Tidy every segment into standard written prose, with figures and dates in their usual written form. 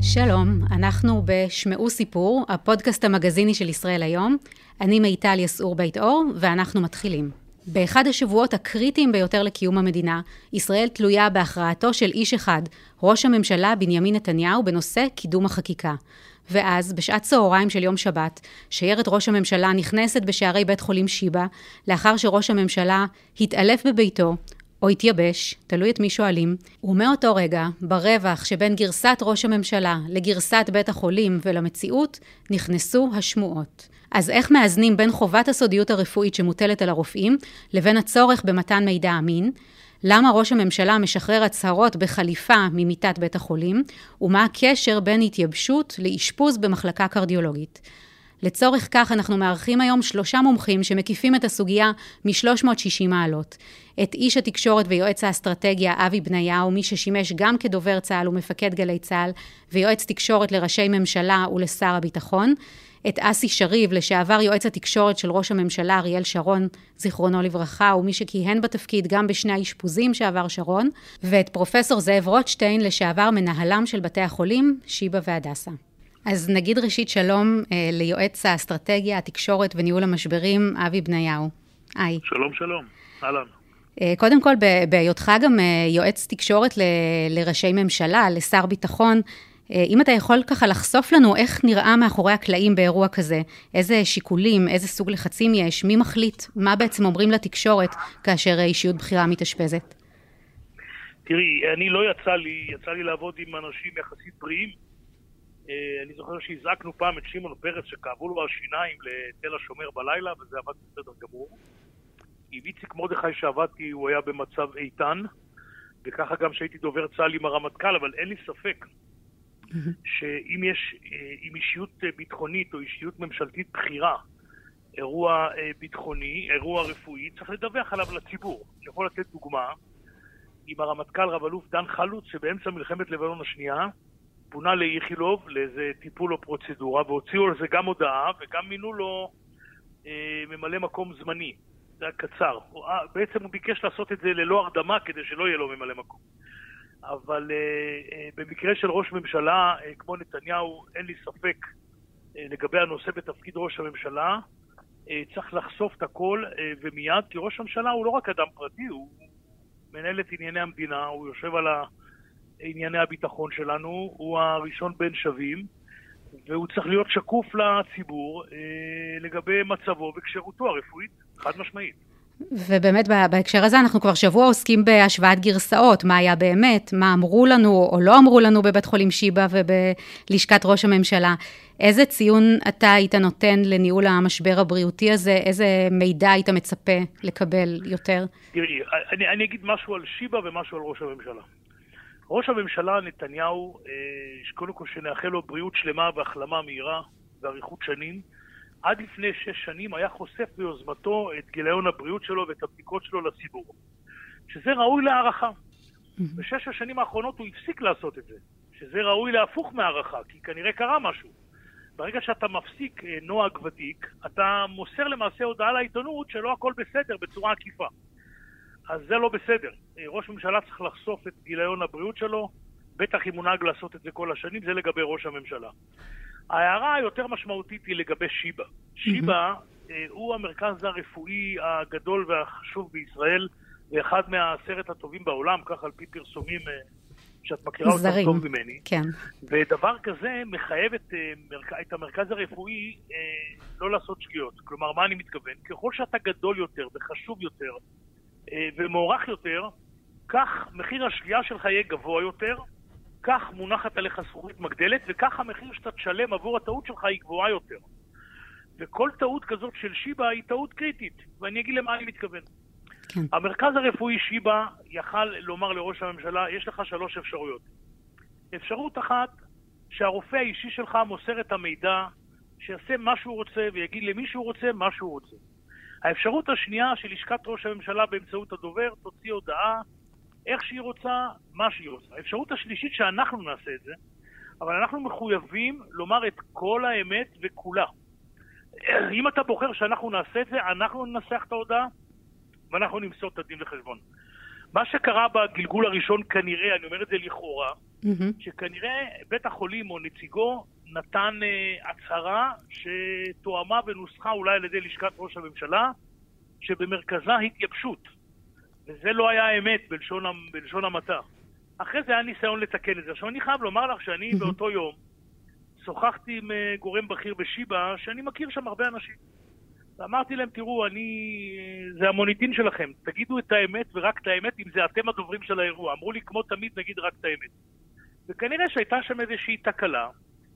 שלום, אנחנו בשמעו סיפור, הפודקאסט המגזיני של ישראל היום. אני מיטל יסעור בית אור, ואנחנו מתחילים. באחד השבועות הקריטיים ביותר לקיום המדינה, ישראל תלויה בהכרעתו של איש אחד, ראש הממשלה בנימין נתניהו, בנושא קידום החקיקה. ואז, בשעת צהריים של יום שבת, שיירת ראש הממשלה נכנסת בשערי בית חולים שיבא, לאחר שראש הממשלה התעלף בביתו, או התייבש, תלוי את מי שואלים, ומאותו רגע, ברווח שבין גרסת ראש הממשלה לגרסת בית החולים ולמציאות, נכנסו השמועות. אז איך מאזנים בין חובת הסודיות הרפואית שמוטלת על הרופאים, לבין הצורך במתן מידע אמין? למה ראש הממשלה משחרר הצהרות בחליפה ממיטת בית החולים? ומה הקשר בין התייבשות לאשפוז במחלקה קרדיולוגית? לצורך כך אנחנו מארחים היום 3 מומחים שמקיפים את הסוגיה מ-360 מעלות. את איש התקשורת ויועץ האסטרטגיה אבי בניהו, מי ששימש גם כדובר צה"ל ומפקד גלי צה"ל, ויועץ תקשורת לראשי ממשלה ולשר הביטחון. את אסי שריב, לשעבר יועץ התקשורת של ראש הממשלה אריאל שרון, זיכרונו לברכה, ומי שכיהן בתפקיד גם בשני האשפוזים שעבר שרון. ואת פרופסור זאב רוטשטיין, לשעבר מנהלם של בתי החולים, שיבא והדסה. אז נגיד ראשית שלום ליועץ האסטרטגיה, התקשורת וניהול המשברים, אבי בניהו. היי. שלום, שלום. אהלן. קודם כל, בהיותך גם יועץ תקשורת לראשי ממשלה, לשר ביטחון, אם אתה יכול ככה לחשוף לנו איך נראה מאחורי הקלעים באירוע כזה, איזה שיקולים, איזה סוג לחצים יש, מי מחליט, מה בעצם אומרים לתקשורת כאשר אישיות בחירה מתאשפזת? תראי, יצא לי לעבוד עם אנשים יחסית בריאים. אני זוכר שהזעקנו פעם את שמעון פרס שכאבו לו השיניים לתל השומר בלילה, וזה עבד בסדר גמור. עם איציק מרדכי שעבדתי, הוא היה במצב איתן, וככה גם שהייתי דובר צה"ל עם הרמטכ"ל, אבל אין לי ספק שאם יש עם אישיות ביטחונית או אישיות ממשלתית בחירה, אירוע ביטחוני, אירוע רפואי, צריך לדווח עליו לציבור. אני יכול לתת דוגמה, עם הרמטכ"ל רב אלוף דן חלוץ, שבאמצע מלחמת לבנון השנייה, פונה לאיכילוב לאיזה טיפול או פרוצדורה, והוציאו על זה גם הודעה, וגם מינו לו ממלא מקום זמני. זה היה קצר. בעצם הוא ביקש לעשות את זה ללא הרדמה, כדי שלא יהיה לו ממלא מקום. אבל במקרה של ראש ממשלה, כמו נתניהו, אין לי ספק לגבי הנושא בתפקיד ראש הממשלה, צריך לחשוף את הכל ומיד, כי ראש הממשלה הוא לא רק אדם פרטי, הוא מנהל את ענייני המדינה, הוא יושב על ענייני הביטחון שלנו, הוא הראשון בין שווים, והוא צריך להיות שקוף לציבור לגבי מצבו וקשרותו הרפואית, חד משמעית. ובאמת בהקשר הזה אנחנו כבר שבוע עוסקים בהשוואת גרסאות, מה היה באמת, מה אמרו לנו או לא אמרו לנו בבית חולים שיבא ובלשכת ראש הממשלה. איזה ציון אתה היית נותן לניהול המשבר הבריאותי הזה, איזה מידע היית מצפה לקבל יותר? תראי, אני אגיד משהו על שיבא ומשהו על ראש הממשלה. ראש הממשלה נתניהו, קודם כל שנאחל לו בריאות שלמה והחלמה מהירה ואריכות שנים, עד לפני 6 שנים היה חושף ביוזמתו את גיליון הבריאות שלו ואת הבדיקות שלו לציבור. שזה ראוי להערכה. ב6 השנים האחרונות הוא הפסיק לעשות את זה. שזה ראוי להפוך מהערכה, כי כנראה קרה משהו. ברגע שאתה מפסיק נוהג ותיק, אתה מוסר למעשה הודעה לעיתונות שלא הכל בסדר בצורה עקיפה. אז זה לא בסדר. ראש ממשלה צריך לחשוף את גיליון הבריאות שלו, בטח אם הוא נהג לעשות את זה כל השנים, זה לגבי ראש הממשלה. ההערה היותר משמעותית היא לגבי שיבא. שיבא הוא המרכז הרפואי הגדול והחשוב בישראל, ואחד מה10 הטובים בעולם, כך על פי פרסומים שאת מכירה אותם טוב ממני. כן. ודבר כזה מחייב את המרכז הרפואי לא לעשות שגיאות. כלומר, מה אני מתכוון? ככל שאתה גדול יותר וחשוב יותר ומוערך יותר, כך מחיר השגיאה שלך יהיה גבוה יותר, כך מונחת עליך זכוכית מגדלת, וכך המחיר שאתה תשלם עבור הטעות שלך היא גבוהה יותר. וכל טעות כזאת של שיבא היא טעות קריטית, ואני אגיד למה אני מתכוון. כן. המרכז הרפואי שיבא יכל לומר לראש הממשלה, יש לך 3 אפשרויות. אפשרות אחת, שהרופא האישי שלך מוסר את המידע, שיעשה מה שהוא רוצה ויגיד למי שהוא רוצה מה שהוא רוצה. האפשרות השנייה של לשכת ראש הממשלה באמצעות הדובר, תוציא הודעה, איך שהיא רוצה, מה שהיא רוצה. האפשרות השלישית שאנחנו נעשה את זה, אבל אנחנו מחויבים לומר את כל האמת וכולה. אם אתה בוחר שאנחנו נעשה את זה, אנחנו ננסח את ההודעה, ואנחנו נמסור את הדין לחשבון. מה שקרה בגלגול הראשון כנראה, אני אומר את זה לכאורה, שכנראה בית החולים או נציגו נתן הצהרה שתואמה ונוסחה אולי על ידי לשכת ראש הממשלה, שבמרכזה התייבשות. וזה לא היה האמת בלשון המעטה. אחרי זה היה ניסיון לתקן את זה. עכשיו אני חייב לומר לך שאני באותו יום שוחחתי עם גורם בכיר בשיבא, שאני מכיר שם הרבה אנשים. ואמרתי להם, תראו, זה המוניטין שלכם, תגידו את האמת ורק את האמת, אם זה אתם הדוברים של האירוע. אמרו לי, כמו תמיד, נגיד רק את האמת. וכנראה שהייתה שם איזושהי תקלה,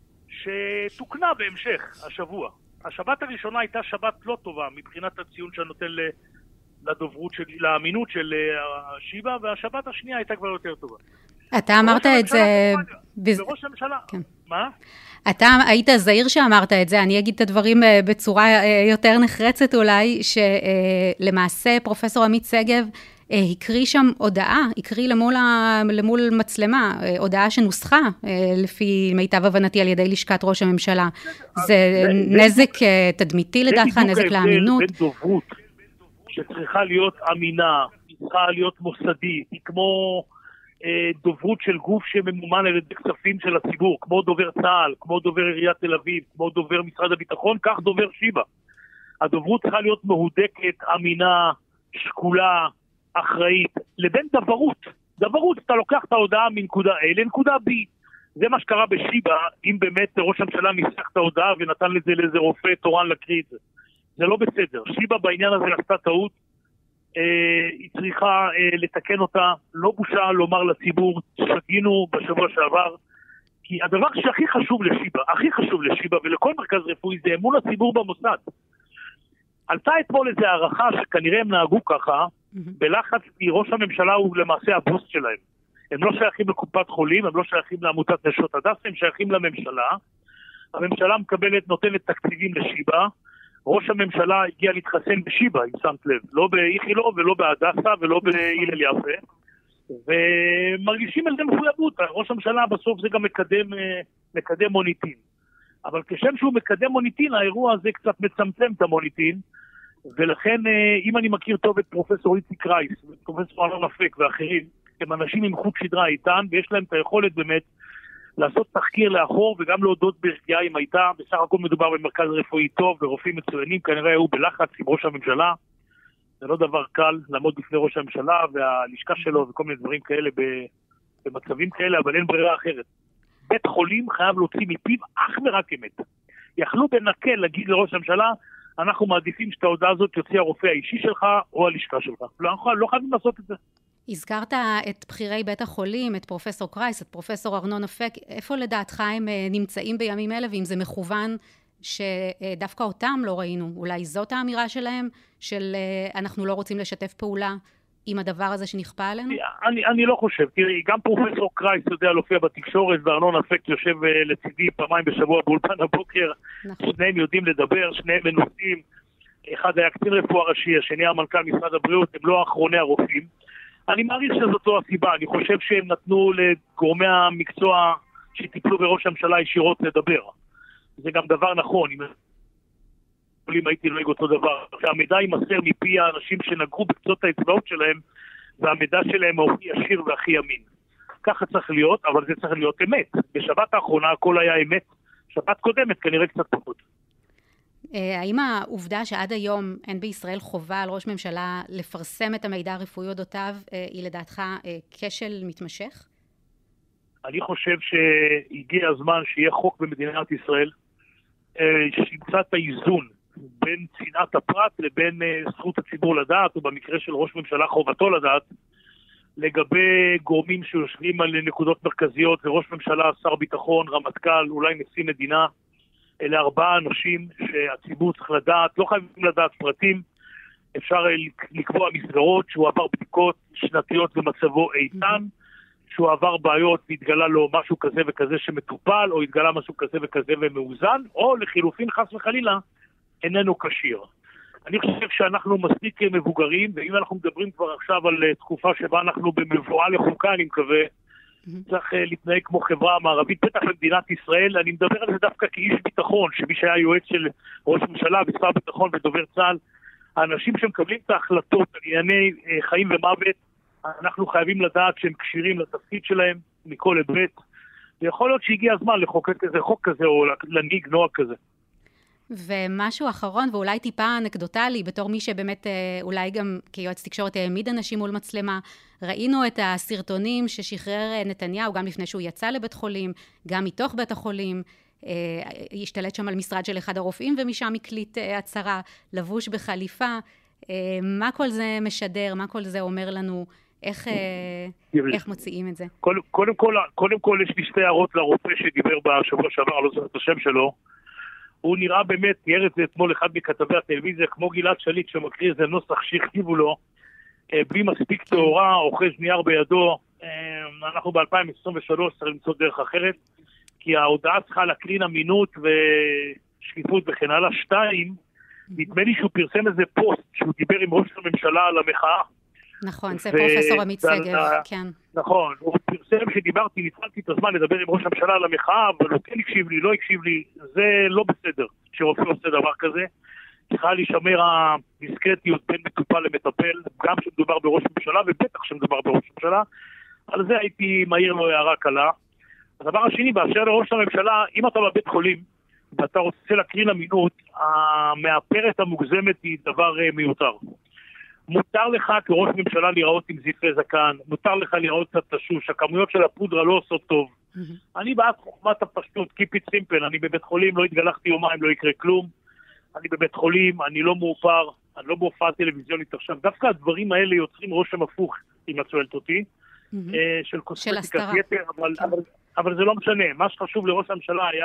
שתוקנה בהמשך השבוע. השבת הראשונה הייתה שבת לא טובה, מבחינת הציון שאני נותן לדוברות שלי, לאמינות של השיבא, והשבת השנייה הייתה כבר יותר טובה. אתה אמרת את זה... בראש הממשלה. כן. מה? אתה היית זהיר שאמרת את זה, אני אגיד את הדברים בצורה יותר נחרצת אולי, שלמעשה פרופסור עמית שגב הקריא שם הודעה, הקריא למול מצלמה, הודעה שנוסחה לפי מיטב הבנתי על ידי לשכת ראש הממשלה. זה נזק תדמיתי לדעתך, נזק לאמינות. בין דוברות שצריכה להיות אמינה, צריכה להיות מוסדית, היא כמו דוברות של גוף שממומן על ידי כספים של הציבור, כמו דובר צה"ל, כמו דובר עיריית תל אביב, כמו דובר משרד הביטחון, כך דובר שיבא. הדוברות צריכה להיות מהודקת, אמינה, שקולה, אחראית, לבין דברות. דברות, אתה לוקח את ההודעה מנקודה A לנקודה B. זה מה שקרה בשיבא, אם באמת ראש הממשלה ניסח את ההודעה ונתן לזה לאיזה רופא תורן להקריא את זה. זה לא בסדר. שיבא בעניין הזה עשתה טעות, היא צריכה לתקן אותה, לא בושה לומר לציבור, שגינו בשבוע שעבר, כי הדבר שהכי חשוב לשיבא ולכל מרכז רפואי זה אמון הציבור במוסד. עלתה אתמול איזו הערכה שכנראה הם נהגו ככה, בלחץ כי ראש הממשלה הוא למעשה הבוס שלהם. הם לא שייכים לקופת חולים, הם לא שייכים לעמותת נשות הדסה, הם שייכים לממשלה. הממשלה נותנת תקציבים לשיבא, ראש הממשלה הגיע להתחסן בשיבא, אם שמת לב, לא באיכילוב ולא בהדסה ולא בהלל יפה, ומרגישים על זה מחויבות. ראש הממשלה בסוף זה גם מקדם מוניטין. אבל כשם שהוא מקדם מוניטין, האירוע הזה קצת מצמצם את המוניטין, ולכן אם אני מכיר טוב את פרופסור איציק קרייס, ואת פרופסור אלון אפק ואחרים, הם אנשים עם חוט שדרה איתן, ויש להם את היכולת באמת לעשות תחקיר לאחור, וגם להודות ברגיעה אם הייתה, בסך הכל מדובר במרכז רפואי טוב, ורופאים מצוינים, כנראה היו בלחץ עם ראש הממשלה, זה לא דבר קל לעמוד בפני ראש הממשלה, והלשכה שלו וכל מיני דברים כאלה במצבים כאלה, אבל אין ברירה אחרת. בית חולים חייב להוציא מפיו אך ורק אמת. יכלו בנקל להגיד לראש הממשלה, אנחנו מעדיפים שאת ההודעה הזאת יוציא הרופא האישי שלך או הלשכה שלך. לא חייבים לעשות את זה. הזכרת את בחירי בית החולים, את פרופסור קרייס, את פרופסור ארנון אפק. איפה לדעתך הם נמצאים בימים אלה, ואם זה מכוון שדווקא אותם לא ראינו? אולי זאת האמירה שלהם, של אנחנו לא רוצים לשתף פעולה עם הדבר הזה שנכפה עלינו? אני לא חושב. תראי, גם פרופסור קרייס יודע להופיע בתקשורת, וארנון אפק יושב לצידי פעמיים בשבוע באולפן הבוקר. שניהם יודעים לדבר, שניהם מנוסים. אחד היה קצין רפואה ראשי, השני היה מנכ"ל משרד הבריאות, הם לא אחרוני הרופאים. אני מעריך שזאת לא הסיבה. אני חושב שהם נתנו לגורמי המקצוע שטיפלו בראש הממשלה ישירות לדבר. זה גם דבר נכון. אם הייתי נוהג אותו דבר, שהמידע יימסר מפי האנשים שנגעו בקצות האצבעות שלהם, והמידע שלהם הוא הכי ישיר והכי אמין. ככה צריך להיות, אבל זה צריך להיות אמת. בשבת האחרונה הכל היה אמת, שבת קודמת כנראה קצת פחות. האם העובדה שעד היום אין בישראל חובה על ראש ממשלה לפרסם את המידע הרפואי אודותיו, היא לדעתך כשל מתמשך? אני חושב שהגיע הזמן שיהיה חוק במדינת ישראל, שימצא את האיזון בין צנעת הפרט לבין זכות הציבור לדעת, ובמקרה של ראש ממשלה חובתו לדעת, לגבי גורמים שיושבים על נקודות מרכזיות, וראש ממשלה, שר ביטחון, רמטכ"ל, אולי נשיא מדינה, אלה 4 אנשים שהציבור צריך לדעת, לא חייבים לדעת פרטים, אפשר לקבוע מסגרות שהוא עבר בדיקות שנתיות ומצבו איתן, שהוא עבר בעיות והתגלה לו משהו כזה וכזה שמטופל, או התגלה משהו כזה וכזה ומאוזן, או לחילופין חס וחלילה, איננו כשיר. אני חושב שאנחנו מספיק מבוגרים, ואם אנחנו מדברים כבר עכשיו על תקופה שבה אנחנו במבואה לחוקה, אני מקווה, צריך להתנהג כמו חברה מערבית, בטח למדינת ישראל. אני מדבר על זה דווקא כאיש ביטחון, שמי שהיה יועץ של ראש ממשלה ושר ביטחון ודובר צה"ל, האנשים שמקבלים את ההחלטות על ענייני חיים ומוות, אנחנו חייבים לדעת שהם כשירים לתפקיד שלהם, מכל היבט, ויכול להיות שהגיע הזמן לחוקק איזה חוק כזה, או להנהיג נוהג כזה. ומשהו אחרון, ואולי טיפה אנקדוטלי, בתור מי שבאמת אולי גם כיועץ תקשורת העמיד אנשים מול מצלמה, ראינו את הסרטונים ששחרר נתניהו, גם לפני שהוא יצא לבית חולים, גם מתוך בית החולים, השתלט שם על משרד של אחד הרופאים, ומשם הקליט הצהרה, לבוש בחליפה. מה כל זה משדר? מה כל זה אומר לנו? איך מוציאים את זה? קודם כל יש לי 2 הערות לרופא שדיבר בשבוע שעבר, לא זוכר את השם שלו. הוא נראה באמת, תיאר את זה אתמול אחד מכתבי הטלוויזיה, כמו גלעד שליט שמקריא איזה נוסח שהכתיבו לו, בלי מספיק תאורה, אוחז נייר בידו. אנחנו ב-2023 צריך למצוא דרך אחרת, כי ההודעה צריכה להקרין אמינות ושקיפות וכן הלאה. 2, נדמה לי שהוא פרסם איזה פוסט, שהוא דיבר עם ראש הממשלה על המחאה. נכון, זה פרופסור עמית שגב, כן. נכון, הוא פרסם שדיברתי, ניצלתי את הזמן לדבר עם ראש הממשלה על המחאה, אבל הוא כן הקשיב לי, לא הקשיב לי, זה לא בסדר שרופא עושה דבר כזה. צריכה להישמר הדיסקרטיות בין מטופל למטפל, גם כשמדובר בראש הממשלה, ובטח כשמדובר בראש הממשלה. על זה הייתי מהיר לו הערה קלה. הדבר השני, באשר לראש הממשלה, אם אתה בבית חולים, ואתה רוצה להקרין אמינות, המאפרת המוגזמת היא דבר מיותר. מותר לך כראש ממשלה לראות עם זיפי זקן, מותר לך לראות קצת תשוש, הכמויות של הפודרה לא עושות טוב. אני בעד חוכמת הפשטות, keep it simple, אני בבית חולים, לא התגלחתי יומיים, לא יקרה כלום. אני בבית חולים, אני לא מאופר, אני לא בהופעה טלוויזיונית עכשיו. דווקא הדברים האלה יוצרים רושם הפוך, אם את שואלת אותי, של קוסמטיקת יתר, אבל זה לא משנה. מה שחשוב לראש הממשלה היה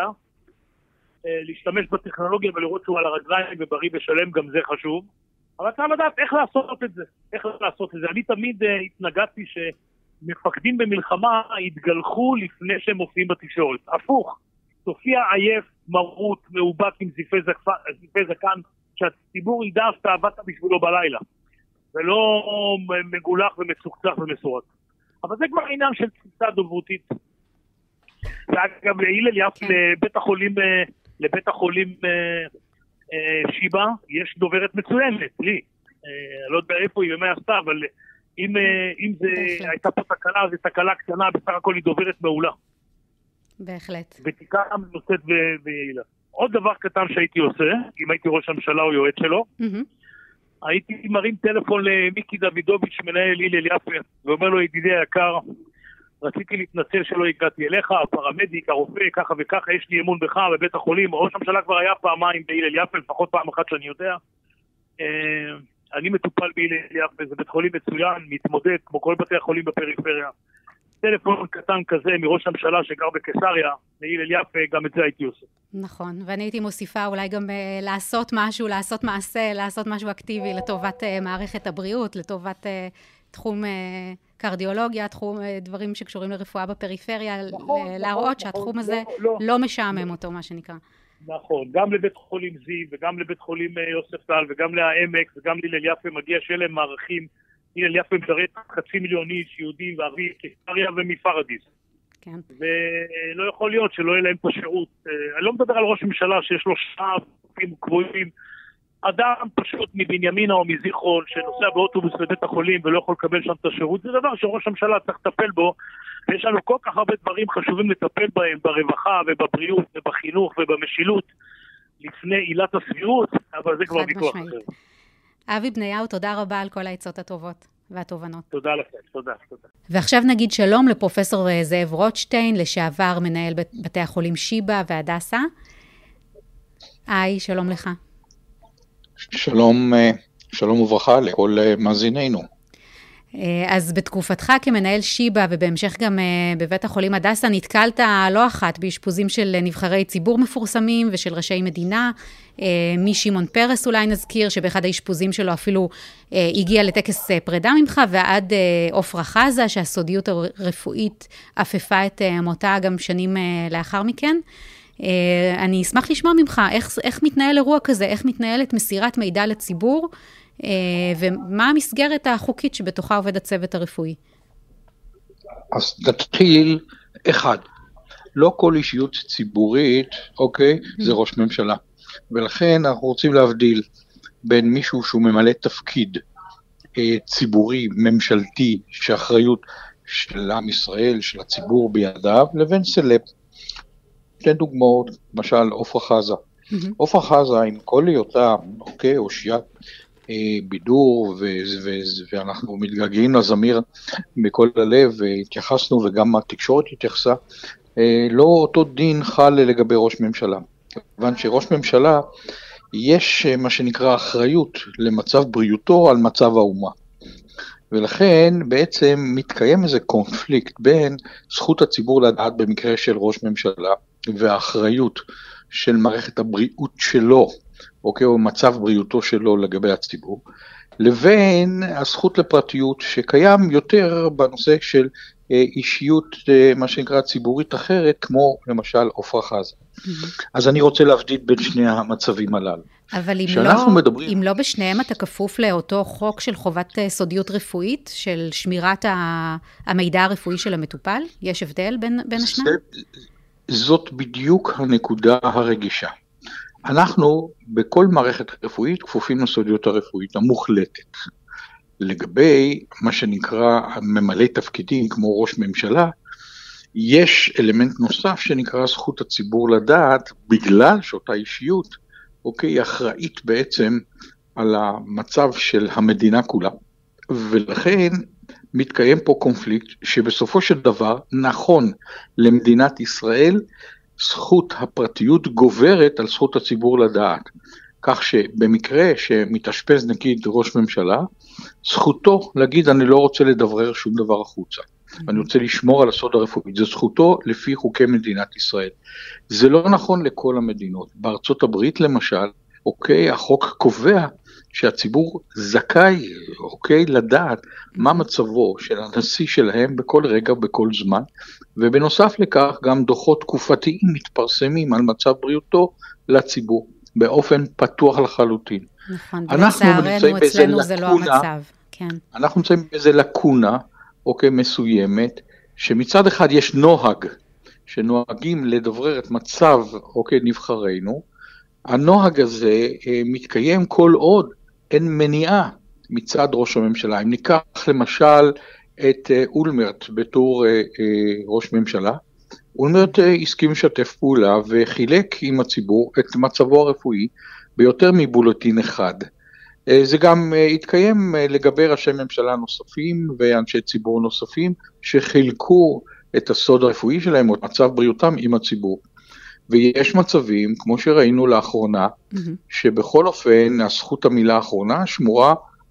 להשתמש בטכנולוגיה ולראות שהוא על הרגליים ובריא ושלם, גם זה חשוב. אבל צריך לדעת איך לעשות את זה. איך לעשות את זה. אני תמיד התנגדתי שמפקדים במלחמה יתגלחו לפני שהם מופיעים בתקשורת. הפוך. תופיע עייף, מרות, מאובק עם זיפי זקן, שהציבור ידע שאתה עבדת בשבילו בלילה. ולא מגולח ומצוחצח ומסורת. אבל זה כבר עניין של תפיסה דוברותית. ואגב, להילל יפה לבית החולים שיבה, יש דוברת מצוינת, לי. אני לא יודע איפה היא ומה עשתה, אבל אם זה הייתה פה תקלה, זו תקלה קטנה, בסך הכל היא דוברת מעולה. בהחלט. ותיקה מנוסת ויעילה. עוד דבר קטן שהייתי עושה, אם הייתי ראש הממשלה או יועץ שלו, הייתי מרים טלפון למיקי דוידוביץ' מנהל הלל יפה, ואומר לו, ידידי היקר, רציתי להתנצל שלא הגעתי אליך, הפרמדיק, הרופא, ככה וככה, יש לי אמון בך בבית החולים. ראש הממשלה כבר היה פעמיים בהלל יפה, לפחות פעם אחת שאני יודע. אני מטופל בהלל יפה, זה בית חולים מצוין, מתמודד כמו כל בתי החולים בפריפריה. טלפון קטן כזה מראש הממשלה שגר בקיסריה, להלל יפה, גם את זה הייתי עושה. נכון, ואני הייתי מוסיפה אולי גם לעשות משהו, לעשות מעשה, לעשות משהו אקטיבי לטובת מערכת הבריאות, לטובת תחום קרדיולוגיה, תחום דברים שקשורים לרפואה בפריפריה, להראות שהתחום הזה לא משעמם אותו, מה שנקרא. נכון, גם לבית חולים זיו, וגם לבית חולים יוסף טל, וגם להעמק, וגם להלל יפה מגיע שאלה מערכים, הלל יפה משרת 500,000 איש, יהודים וערבים, קיסריה ומפרדיס. כן. ולא יכול להיות שלא יהיה להם את השירות. אני לא מדבר על ראש ממשלה שיש לו שעה קבועים, אדם פשוט מבנימינה או מזיכרון שנוסע באוטובוס לבית החולים ולא יכול לקבל שם את השירות, זה דבר שראש הממשלה צריך לטפל בו, ויש לנו כל כך הרבה דברים חשובים לטפל בהם, ברווחה ובבריאות ובחינוך ובמשילות, לפני עילת הסבירות, אבל זה כבר ויכוח אחר. אבי בניהו, תודה רבה על כל העצות הטובות והתובנות. תודה לכם, תודה. ועכשיו נגיד שלום לפרופסור זאב רוטשטיין, לשעבר מנהל בתי החולים שיבא והדסה. היי, שלום לך. שלום וברכה לכל מאזינינו. אז בתקופתך כמנהל שיבא ובהמשך גם בבית החולים הדסה נתקלת לא אחת באשפוזים של נבחרי ציבור מפורסמים ושל ראשי מדינה, משמעון פרס אולי נזכיר שבאחד האשפוזים שלו אפילו הגיע לטקס פרידה ממך, ועד עופרה חזה שהסודיות הרפואית אפפה את מותה גם שנים לאחר מכן. אני אשמח לשמוע ממך איך מתנהל אירוע כזה, איך מתנהלת מסירת מידע לציבור, ומה המסגרת החוקית שבתוכה עובד הצוות הרפואי? אז נתחיל אחד, לא כל אישיות ציבורית, אוקיי, זה ראש ממשלה, ולכן אנחנו רוצים להבדיל בין מישהו שהוא ממלא תפקיד ציבורי, ממשלתי, שאחריות של עם ישראל, של הציבור בידיו, לבין סלב. שתי דוגמאות, למשל עופרה חזה. עופרה חזה עם כל היותה, אוקיי, אושיית בידור, ואנחנו מתגעגעים לזמיר מכל הלב, והתייחסנו וגם התקשורת התייחסה, לא אותו דין חל לגבי ראש ממשלה. כיוון שראש ממשלה יש מה שנקרא אחריות למצב בריאותו על מצב האומה. ולכן בעצם מתקיים איזה קונפליקט בין זכות הציבור לדעת במקרה של ראש ממשלה והאחריות של מערכת הבריאות שלו, אוקיי, או מצב בריאותו שלו לגבי הציבור, לבין הזכות לפרטיות שקיים יותר בנושא של אישיות, מה שנקרא ציבורית אחרת, כמו למשל עופרה חזה. אז אני רוצה להבדיל בין שני המצבים הללו. אבל אם לא בשניהם אתה כפוף לאותו חוק של חובת סודיות רפואית, של שמירת המידע הרפואי של המטופל? יש הבדל בין השניים? זאת בדיוק הנקודה הרגישה. אנחנו בכל מערכת רפואית כפופים לסודיות הרפואית המוחלטת. לגבי מה שנקרא ממלא תפקידים כמו ראש ממשלה, יש אלמנט נוסף שנקרא זכות הציבור לדעת, בגלל שאותה אישיות, אוקיי, אחראית בעצם על המצב של המדינה כולה. ולכן מתקיים פה קונפליקט שבסופו של דבר נכון למדינת ישראל, זכות הפרטיות גוברת על זכות הציבור לדעת. כך שבמקרה שמתאשפז נגיד ראש ממשלה, זכותו להגיד אני לא רוצה לדברר שום דבר החוצה. אני רוצה לשמור על הסוד הרפואי, זה זכותו לפי חוקי מדינת ישראל. זה לא נכון לכל המדינות. בארצות הברית למשל, אוקיי, החוק קובע שהציבור זכאי, אוקיי, לדעת מה מצבו של הנשיא שלהם בכל רגע, בכל זמן, ובנוסף לכך גם דוחות תקופתיים מתפרסמים על מצב בריאותו לציבור, באופן פתוח לחלוטין. נכון, ולצערנו אצלנו זה לא המצב. כן. אנחנו נמצאים באיזה לקונה, אוקיי, מסוימת, שמצד אחד יש נוהג, שנוהגים לדברר את מצב, אוקיי, נבחרינו, הנוהג הזה מתקיים כל עוד אין מניעה מצד ראש הממשלה. אם ניקח למשל את אולמרט בתור ראש ממשלה, אולמרט הסכים לשתף פעולה וחילק עם הציבור את מצבו הרפואי ביותר מבולטין אחד. זה גם התקיים לגבי ראשי ממשלה נוספים ואנשי ציבור נוספים שחילקו את הסוד הרפואי שלהם או את מצב בריאותם עם הציבור. ויש מצבים, כמו שראינו לאחרונה, שבכל אופן הזכות המילה האחרונה שמורה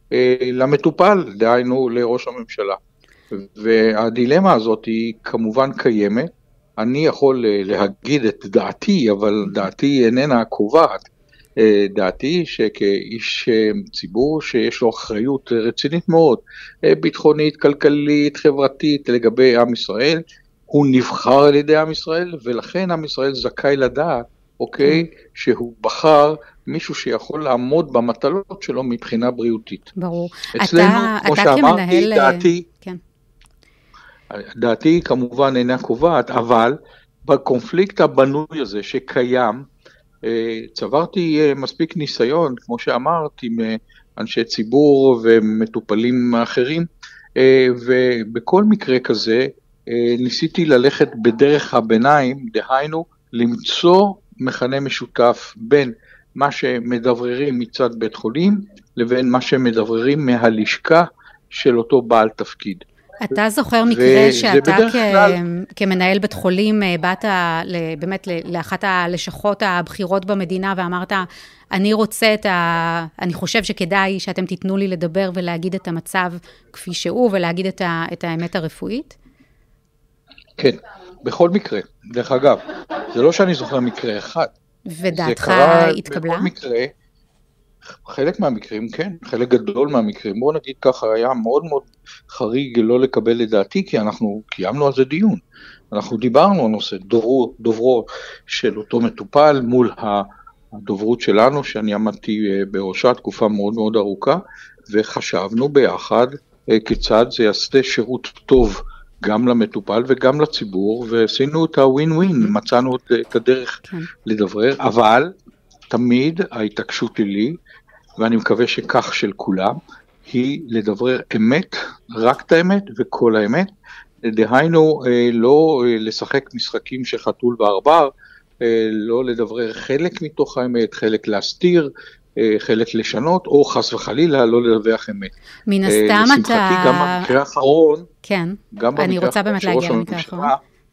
למטופל, דהיינו לראש הממשלה. והדילמה הזאת היא כמובן קיימת. אני יכול להגיד את דעתי, אבל דעתי איננה קובעת. דעתי שכאיש ציבור שיש לו אחריות רצינית מאוד, ביטחונית, כלכלית, חברתית לגבי עם ישראל, הוא נבחר על ידי עם ישראל, ולכן עם ישראל זכאי לדעת, אוקיי, שהוא בחר מישהו שיכול לעמוד במטלות שלו מבחינה בריאותית. ברור. אצלנו, כמו שאמרתי, כן. דעתי כמובן אינה קובעת, אבל בקונפליקט הבנוי הזה שקיים, צברתי מספיק ניסיון, כמו שאמרת, עם אנשי ציבור ומטופלים אחרים, ובכל מקרה כזה, ניסיתי ללכת בדרך הביניים, דהיינו, למצוא מכנה משותף בין מה שמדבררים מצד בית חולים, לבין מה שמדבררים מהלשכה של אותו בעל תפקיד. אתה זוכר מקרה שאתה כמנהל בית חולים באת באמת לאחת הלשכות הבכירות במדינה ואמרת, אני חושב שכדאי שאתם תיתנו לי לדבר ולהגיד את המצב כפי שהוא ולהגיד את האמת הרפואית? כן, בכל מקרה. דרך אגב, זה לא שאני זוכר מקרה אחד. ודעתך התקבלה? בכל מקרה, חלק מהמקרים, כן, חלק גדול מהמקרים, בואו נגיד ככה, היה מאוד מאוד חריג לא לקבל לדעתי, כי אנחנו קיימנו על זה דיון. אנחנו דיברנו על נושא דוברו של אותו מטופל מול הדוברות שלנו, שאני עמדתי בראשה תקופה מאוד מאוד ארוכה, וחשבנו ביחד כיצד זה יעשה שירות טוב גם למטופל וגם לציבור, ועשינו את הווין ווין, מצאנו את הדרך לדברר, אבל תמיד ההתעקשות שלי, ואני מקווה שכך של כולם, היא לדברר אמת, רק את האמת וכל האמת, דהיינו לא לשחק משחקים שחתול וערבר, לא לדברר חלק מתוך האמת, חלק להסתיר, חלק לשנות, או חס וחלילה לא לדווח אמת. מן הסתם אתה... לשמחתי גם במקרה האחרון, כן, אני רוצה באמת להגיע למקרה האחרון.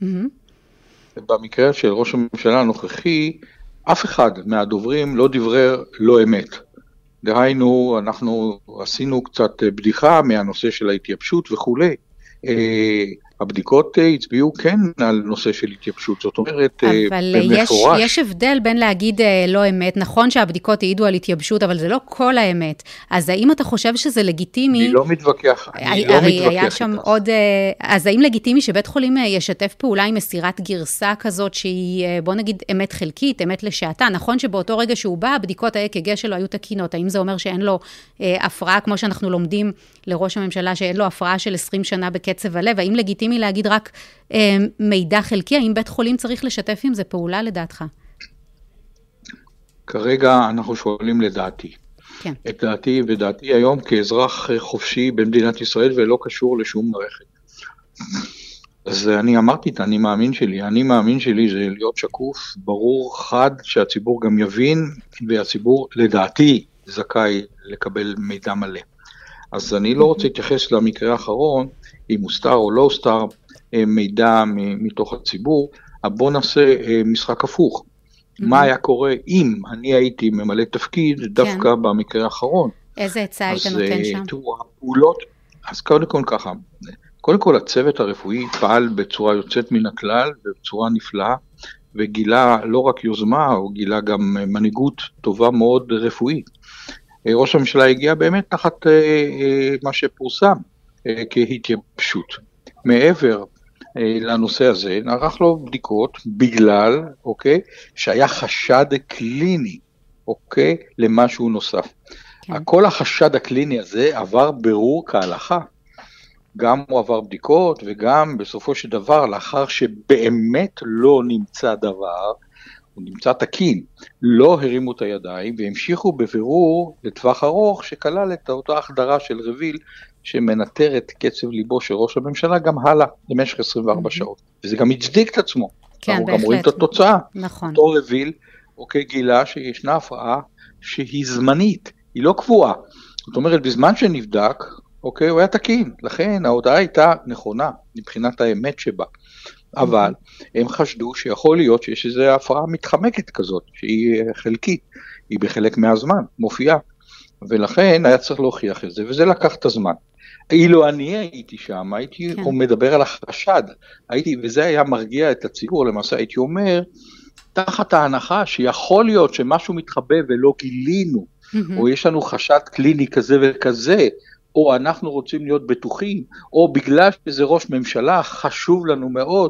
במקרה של ראש הממשלה הנוכחי, אף אחד מהדוברים לא דברר לא אמת. דהיינו, אנחנו עשינו קצת בדיחה מהנושא של ההתייבשות וכולי. הבדיקות הצביעו כן על נושא של התייבשות, זאת אומרת, במפורש. אבל יש הבדל בין להגיד לא אמת, נכון שהבדיקות העידו על התייבשות, אבל זה לא כל האמת. אז האם אתה חושב שזה לגיטימי? אני לא מתווכח. היה שם עוד, אז האם לגיטימי שבית חולים ישתף פעולה עם מסירת גרסה כזאת, שהיא, בוא נגיד, אמת חלקית, אמת לשעתה? נכון שבאותו רגע שהוא בא, הבדיקות ה-EKG שלו היו תקינות. האם זה אומר שאין לו הפרעה, כמו שאנחנו לומדים לראש הממשלה, שאין לו הפרעה של 20 שנה בקצב הלב? האם לגיטימי להגיד רק מידע חלקי? האם בית חולים צריך לשתף עם זה פעולה לדעתך? כרגע אנחנו שואלים לדעתי. כן. את דעתי ודעתי היום כאזרח חופשי במדינת ישראל ולא קשור לשום מערכת. אז אני אמרתי את אני מאמין שלי זה להיות שקוף, ברור, חד, שהציבור גם יבין, והציבור לדעתי זכאי לקבל מידע מלא. אז אני לא רוצה להתייחס למקרה האחרון, אם הוסתר או לא הוסתר מידע מתוך הציבור, בוא נעשה משחק הפוך. מה היה קורה אם אני הייתי ממלא תפקיד דווקא במקרה האחרון? איזה עצה היית נותן שם? אז קודם כל ככה, קודם כל הצוות הרפואי פעל בצורה יוצאת מן הכלל ובצורה נפלאה, וגילה לא רק יוזמה, הוא גילה גם מנהיגות טובה מאוד רפואית. ראש הממשלה הגיע באמת תחת מה שפורסם כהתייבשות. מעבר לנושא הזה, נערך לו בדיקות בגלל, שהיה חשד קליני, למשהו נוסף. כן. כל החשד הקליני הזה עבר ברור כהלכה. גם הוא עבר בדיקות וגם בסופו של דבר, לאחר שבאמת לא נמצא דבר, הוא נמצא תקין, לא הרימו את הידיים והמשיכו בבירור לטווח ארוך שכלל את אותה החדרה של רביל שמנטר את קצב ליבו של ראש הממשלה גם הלאה למשך 24 שעות. וזה גם הצדיק את עצמו. כן, אנחנו בהחלט. גם רואים את התוצאה. נכון. אותו רביל, גילה שישנה הפרעה שהיא זמנית, היא לא קבועה. זאת אומרת, בזמן שנבדק, הוא היה תקין. לכן ההודעה הייתה נכונה מבחינת האמת שבה. אבל הם חשדו שיכול להיות שיש איזו הפרעה מתחמקת כזאת, שהיא חלקית, היא בחלק מהזמן, מופיעה, ולכן היה צריך להוכיח את זה, וזה לקח את הזמן. אילו אני הייתי שם, הייתי מדבר על החשד, וזה היה מרגיע את הציבור, למעשה הייתי אומר, תחת ההנחה שיכול להיות שמשהו מתחבא ולא גילינו, או יש לנו חשד קליני כזה וכזה, או אנחנו רוצים להיות בטוחים, או בגלל שזה ראש ממשלה, חשוב לנו מאוד,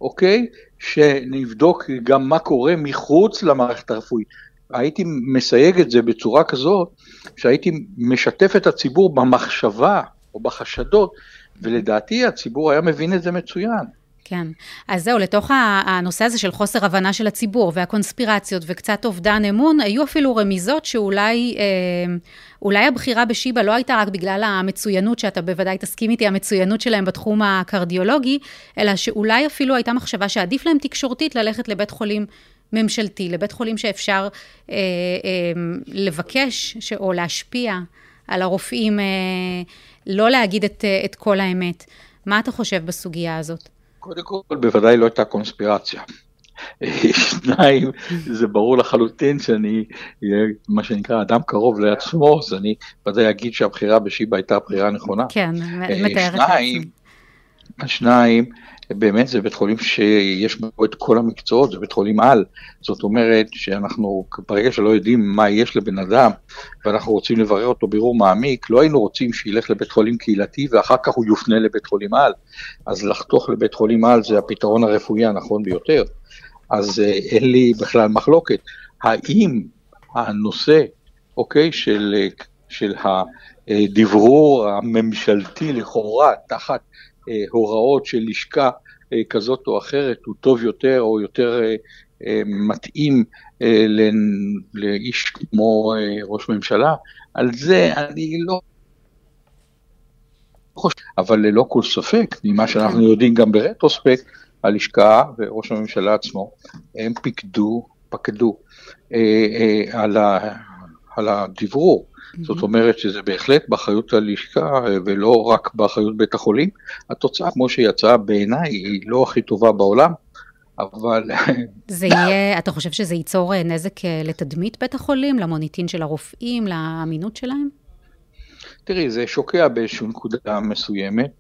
שנבדוק גם מה קורה מחוץ למערכת הרפואית. הייתי מסייג את זה בצורה כזאת, שהייתי משתף את הציבור במחשבה, או בחשדות, ולדעתי הציבור היה מבין את זה מצוין. כן, אז זהו, לתוך הנושא הזה של חוסר הבנה של הציבור, והקונספירציות, וקצת אובדן אמון, היו אפילו רמיזות שאולי הבחירה בשיבא לא הייתה רק בגלל המצוינות, שאתה בוודאי תסכים איתי, המצוינות שלהם בתחום הקרדיולוגי, אלא שאולי אפילו הייתה מחשבה שעדיף להם תקשורתית ללכת לבית חולים ממשלתי, לבית חולים שאפשר לבקש או להשפיע על הרופאים, לא להגיד את כל האמת. מה אתה חושב בסוגיה הזאת? קודם כל, בוודאי לא הייתה קונספירציה. שניים, זה ברור לחלוטין שאני, מה שנקרא, אדם קרוב לעצמו, אז אני ודאי אגיד שהבחירה בשיבא הייתה הבחירה נכונה. כן, מתארת לעצמי. השניים, באמת זה בית חולים שיש בו את כל המקצועות, זה בית חולים על. זאת אומרת שאנחנו, ברגע שלא יודעים מה יש לבן אדם, ואנחנו רוצים לברר אותו בירור מעמיק, לא היינו רוצים שילך לבית חולים קהילתי, ואחר כך הוא יופנה לבית חולים על. אז לחתוך לבית חולים על זה הפתרון הרפואי הנכון ביותר. אז אין לי בכלל מחלוקת. האם הנושא, של הדברור הממשלתי לכאורה, תחת הוראות של לשכה כזאת או אחרת, הוא טוב יותר או יותר מתאים לאיש כמו ראש ממשלה, על זה אני לא אבל ללא כל ספק, ממה שאנחנו יודעים גם ברטרוספקט, הלשכה וראש הממשלה עצמו, הם פקדו על הדברור. זאת אומרת שזה בהחלט באחריות הלשכה ולא רק באחריות בית החולים. התוצאה כמו שיצאה בעיניי היא לא הכי טובה בעולם, אבל... אתה חושב שזה ייצור נזק לתדמית בית החולים, למוניטין של הרופאים, לאמינות שלהם? תראי, זה שוקע באיזושהי נקודה מסוימת,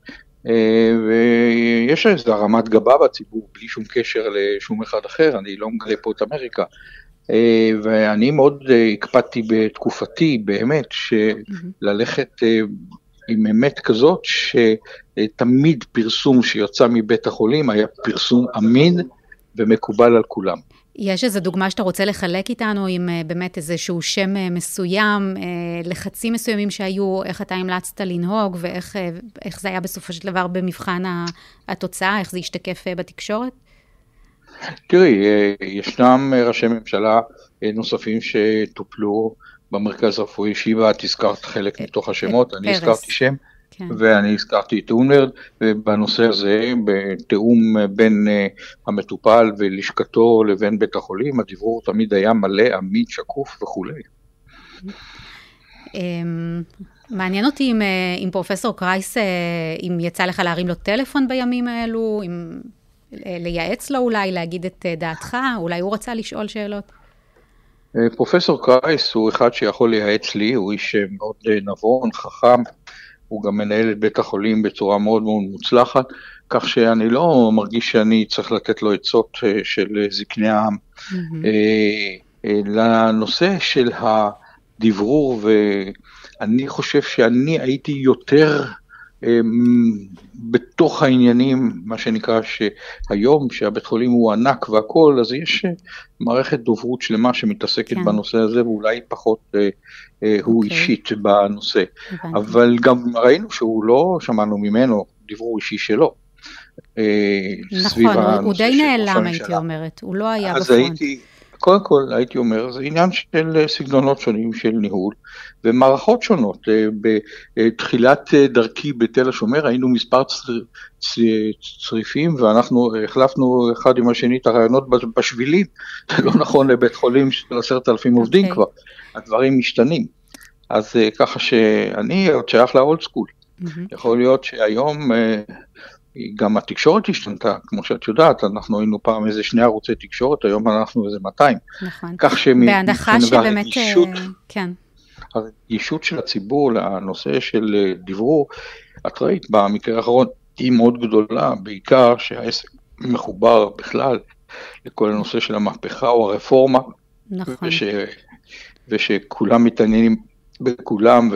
ויש איזו הרמת גבה בציבור, בלי שום קשר לשום אחד אחר, אני לא מגלה פה את אמריקה, ואני מאוד הקפדתי בתקופתי, באמת, שללכת עם אמת כזאת, שתמיד פרסום שיוצא מבית החולים, היה פרסום אמין ומקובל על כולם. יש איזו דוגמה שאתה רוצה לחלק איתנו, עם באמת איזשהו שם מסוים, לחצים מסוימים שהיו, איך אתה המלצת לנהוג, ואיך זה היה בסופו של דבר במבחן התוצאה, איך זה השתקף בתקשורת? תראי, ישנם ראשי ממשלה נוספים שטופלו במרכז הרפואי שיבא, את הזכרת חלק מתוך השמות, אני הזכרתי שם, ואני הזכרתי את אונרד, ובנושא הזה, בתאום בין המטופל ולשכתו לבין בית החולים, הדברור תמיד היה מלא, אמין, שקוף וכו'. מעניין אותי עם פרופסור קרייס, אם יצא לך להרים לו טלפון בימים האלו, לייעץ לו אולי, להגיד את דעתך, אולי הוא רצה לשאול שאלות. פרופסור קרייס הוא אחד שיכול לייעץ לי, הוא איש מאוד נבון, חכם, הוא גם מנהל את בית החולים בצורה מאוד מאוד מוצלחת, כך שאני לא מרגיש שאני צריך לתת לו עצות של זקני העם. לנושא של הדברור, ואני חושב שאני הייתי יותר בתוך העניינים, מה שנקרא שהיום שהבית חולים הוא ענק והכל, אז יש מערכת דוברות שלמה שמתעסקת בנושא הזה, ואולי פחות הוא אישית בנושא. אבל גם ראינו שהוא לא שמענו ממנו דברור אישי שלו. נכון, הוא די נעלם הייתי אומרת, הוא לא היה בפרונט. קודם כל, הייתי אומר, זה עניין של סגנונות שונים של ניהול, ומערכות שונות. בתחילת דרכי בתל השומר, היינו מספר צריפים, ואנחנו החלפנו אחד עם השני את הרעיונות בשבילים, זה לא נכון לבית חולים של 10,000 עובדים כבר, הדברים משתנים. אז ככה שאני עוד שייך לאולד סקול. יכול להיות שהיום... גם התקשורת השתנתה, כמו שאת יודעת, אנחנו היינו פעם איזה 2 ערוצי תקשורת, היום אנחנו איזה 200. נכון. כך בהנחה שבאמת, כן. הרגישות של הציבור לנושא של דברור, את ראית במקרה האחרון, היא מאוד גדולה, בעיקר שהעסק מחובר בכלל לכל הנושא של המהפכה או הרפורמה. נכון. ושכולם מתעניינים בכולם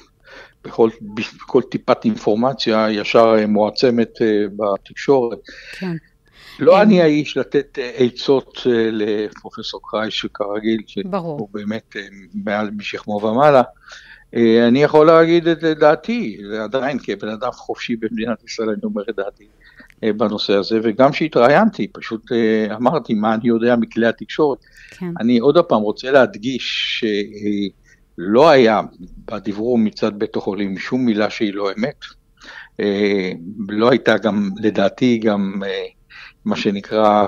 בכל טיפת אינפורמציה ישר מועצמת בתקשורת. כן. לא אני האיש לתת עצות לפרופסור קרייס שכרגיל, שהוא באמת מעל משכמו ומעלה. אני יכול להגיד את דעתי, עדיין כבן אדם חופשי במדינת ישראל, אני אומר את דעתי בנושא הזה, וגם שהתראיינתי, פשוט אמרתי מה אני יודע מכלי התקשורת. כן. אני עוד הפעם רוצה להדגיש לא היה בדברור מצד בית החולים שום מילה שהיא לא אמת. לא הייתה גם, לדעתי, גם מה שנקרא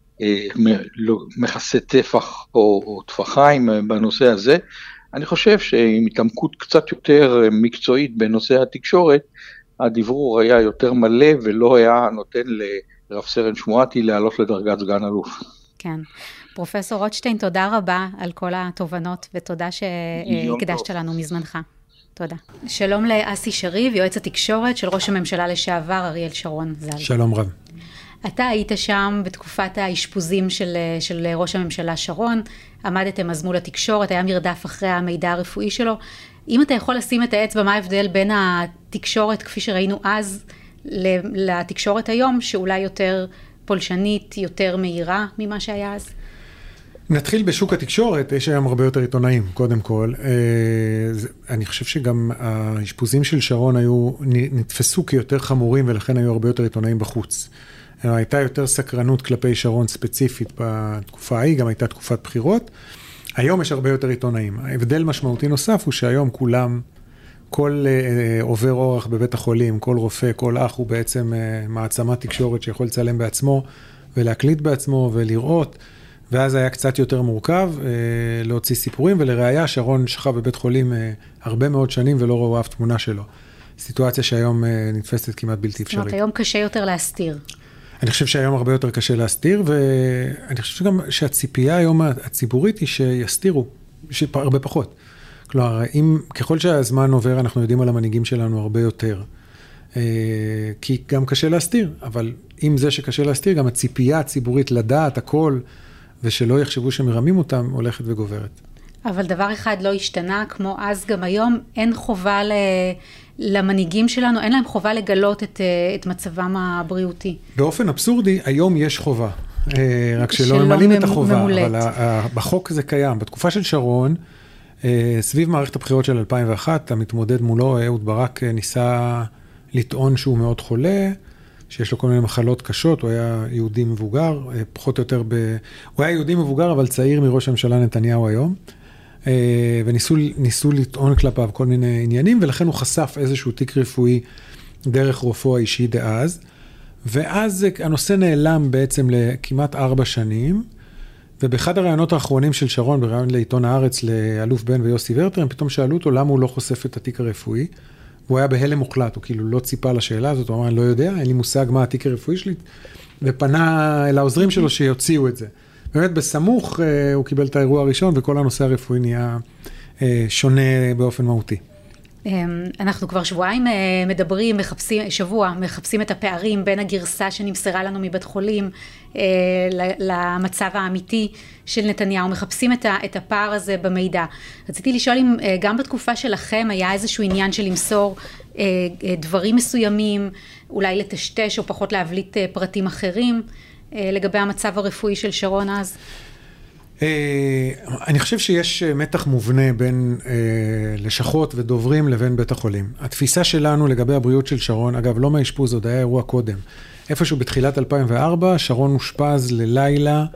מכסה טפח או טפחיים בנושא הזה. אני חושב שעם התעמקות קצת יותר מקצועית בנושא התקשורת, הדברור היה יותר מלא ולא היה נותן לרב סרן שמואטי לעלות לדרגת סגן אלוף. כן. פרופסור רוטשטיין, תודה רבה על כל התובנות, ותודה שהקדשת לנו מזמנך. תודה. שלום לאסי שריב, יועץ התקשורת של ראש הממשלה לשעבר, אריאל שרון ז"ל. שלום רב. אתה היית שם בתקופת האשפוזים של ראש הממשלה שרון, עמדתם אז מול התקשורת, היה מרדף אחרי המידע הרפואי שלו. אם אתה יכול לשים את האצבע, מה ההבדל בין התקשורת, כפי שראינו אז, לתקשורת היום, שאולי יותר פולשנית, יותר מהירה ממה שהיה אז? נתחיל בשוק התקשורת, יש היום הרבה יותר עיתונאים, קודם כל. אני חושב שגם האשפוזים של שרון נתפסו כיותר חמורים, ולכן היו הרבה יותר עיתונאים בחוץ. הייתה יותר סקרנות כלפי שרון ספציפית בתקופה ההיא, גם הייתה תקופת בחירות. היום יש הרבה יותר עיתונאים. ההבדל משמעותי נוסף הוא שהיום כל עובר אורח בבית החולים, כל רופא, כל אח הוא בעצם מעצמת תקשורת שיכול לצלם בעצמו ולהקליט בעצמו ולראות, ואז היה קצת יותר מורכב להוציא סיפורים, ולראיה שרון שכב בבית חולים הרבה מאוד שנים ולא ראו אף תמונה שלו. סיטואציה שהיום נתפסת כמעט בלתי אפשרית. זאת אומרת, היום קשה יותר להסתיר. אני חושב שהיום הרבה יותר קשה להסתיר, ואני חושב גם שהציפייה היום הציבורית היא שיסתירו, הרבה פחות. כלומר, ככל שהזמן עובר, אנחנו יודעים על המנהיגים שלנו הרבה יותר. כי גם קשה להסתיר, אבל אם זה שקשה להסתיר, גם הציפייה הציבורית לדעת הכל, ושלא יחשבו שמרמים אותם, הולכת וגוברת. אבל דבר אחד לא השתנה, כמו אז גם היום, אין חובה למנהיגים שלנו, אין להם חובה לגלות את מצבם הבריאותי. באופן אבסורדי, היום יש חובה. רק שלא ממלאים את החובה, אבל בחוק זה קיים. בתקופה של שרון, סביב מערכת הבחירות של 2001, המתמודד מולו, אהוד ברק, ניסה לטעון שהוא מאוד חולה, שיש לו כל מיני מחלות קשות, הוא היה יהודי מבוגר, פחות או יותר הוא היה יהודי מבוגר, אבל צעיר מראש הממשלה נתניהו היום, וניסו לטעון כלפיו כל מיני עניינים, ולכן הוא חשף איזשהו תיק רפואי דרך רופאו האישי דאז, ואז הנושא נעלם בעצם לכמעט 4 שנים, ובאחד הרעיונות האחרונים של שרון, ברעיון לעיתון הארץ, לאלוף בן ויוסי ורטר, הם פתאום שאלו אותו למה הוא לא חושף את התיק הרפואי, והוא היה בהלם מוחלט, הוא כאילו לא ציפה לשאלה הזאת, הוא אמר, אני לא יודע, אין לי מושג מה התיק הרפואי שלי, ופנה אל העוזרים שלו שיוציאו את זה. באמת בסמוך הוא קיבל את האירוע הראשון, וכל הנושא הרפואי נהיה שונה באופן מהותי. אנחנו כבר שבועיים מדברים, מחפשים את הפערים בין הגרסה שנמסרה לנו מבית חולים למצב האמיתי של נתניהו, מחפשים את הפער הזה במידע. רציתי לשאול אם גם בתקופה שלכם היה איזשהו עניין של למסור דברים מסוימים, אולי לטשטש או פחות להבליט פרטים אחרים לגבי המצב הרפואי של שרון אז? אני חושב שיש מתח מובנה בין לשכות ודוברים לבין בית החולים. התפיסה שלנו לגבי הבריאות של שרון, אגב לא מהאשפוז, עוד היה אירוע קודם. איפשהו בתחילת 2004, שרון הושפז ללילה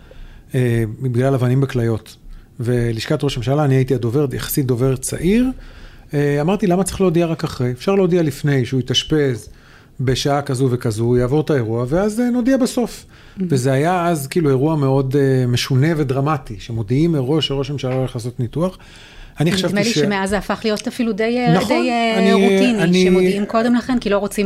בגלל אבנים בכליות. ולשכת ראש הממשלה, אני הייתי הדובר, יחסית דובר צעיר, אמרתי למה צריך להודיע רק אחרי? אפשר להודיע לפני שהוא יתאשפז בשעה כזו וכזו, הוא יעבור את האירוע, ואז נודיע בסוף. וזה היה אז כאילו אירוע מאוד משונה ודרמטי, שמודיעים מראש שראש הממשלה הולך לעשות ניתוח. נדמה לי שמאז זה הפך להיות אפילו די רוטיני, שמודיעים קודם לכן, כי לא רוצים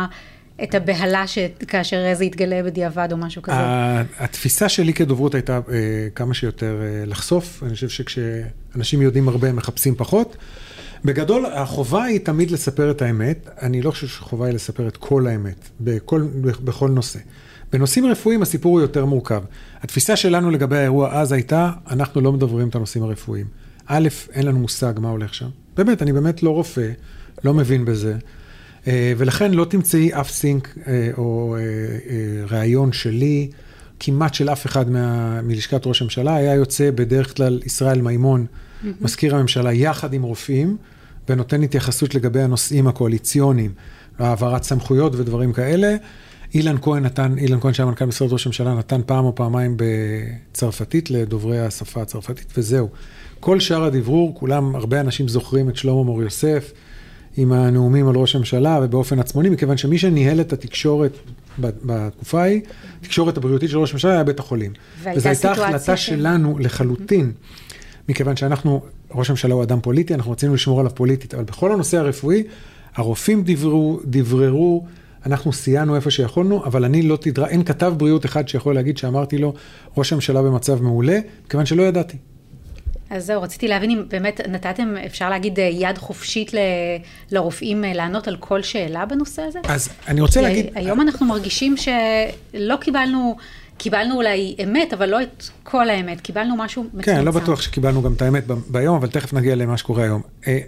את הבהלה כאשר זה יתגלה בדיעבד או משהו כזה. התפיסה שלי כדוברות הייתה כמה שיותר לחשוף. אני חושב שכשאנשים יודעים הרבה, הם מחפשים פחות. בגדול, החובה היא תמיד לספר את האמת. אני לא חושב שחובה היא לספר את כל האמת, בכל נושא. בנושאים רפואיים הסיפור הוא יותר מורכב. התפיסה שלנו לגבי האירוע אז הייתה, אנחנו לא מדברים את הנושאים הרפואיים. א', אין לנו מושג מה הולך שם. באמת, אני באמת לא רופא, לא מבין בזה. ולכן לא תמצאי אף סינק או רעיון שלי, כמעט של אף אחד מלשכת ראש הממשלה, היה יוצא בדרך כלל ישראל מימון, מזכיר הממשלה, יחד עם רופאים, ונותן התייחסות לגבי הנושאים הקואליציוניים, העברת סמכויות ודברים כאלה. אילן כהן שהיה מנכ"ל משרד ראש הממשלה, נתן פעם או פעמיים בצרפתית לדוברי השפה הצרפתית, וזהו. כל שאר הדברור, כולם, הרבה אנשים זוכרים את שלמה מור יוסף, עם הנאומים על ראש הממשלה, ובאופן עצמוני, מכיוון שמי שניהל את התקשורת בתקופה ההיא, התקשורת הבריאותית של ראש הממשלה היה בית החולים. וזו הייתה החלטה שלנו לחלוטין, מכיוון שאנחנו, ראש הממשלה הוא אדם פוליטי, אנחנו רצינו לשמור עליו פוליטית, אבל בכל הנושא הרפואי, הרופאים דבררו, אנחנו סייענו איפה שיכולנו, אבל אני לא תדרה, אין כתב בריאות אחד שיכול להגיד שאמרתי לו, ראש הממשלה במצב מעולה, מכיוון שלא ידעתי. אז זהו, רציתי להבין אם באמת נתתם, אפשר להגיד, יד חופשית לרופאים לענות על כל שאלה בנושא הזה? אז אני רוצה להגיד... היום אנחנו מרגישים שלא קיבלנו אולי אמת, אבל לא את כל האמת, קיבלנו משהו מצומצם. כן, לא בטוח שקיבלנו גם את האמת ביום, אבל תכף נגיע למה שקורה היום.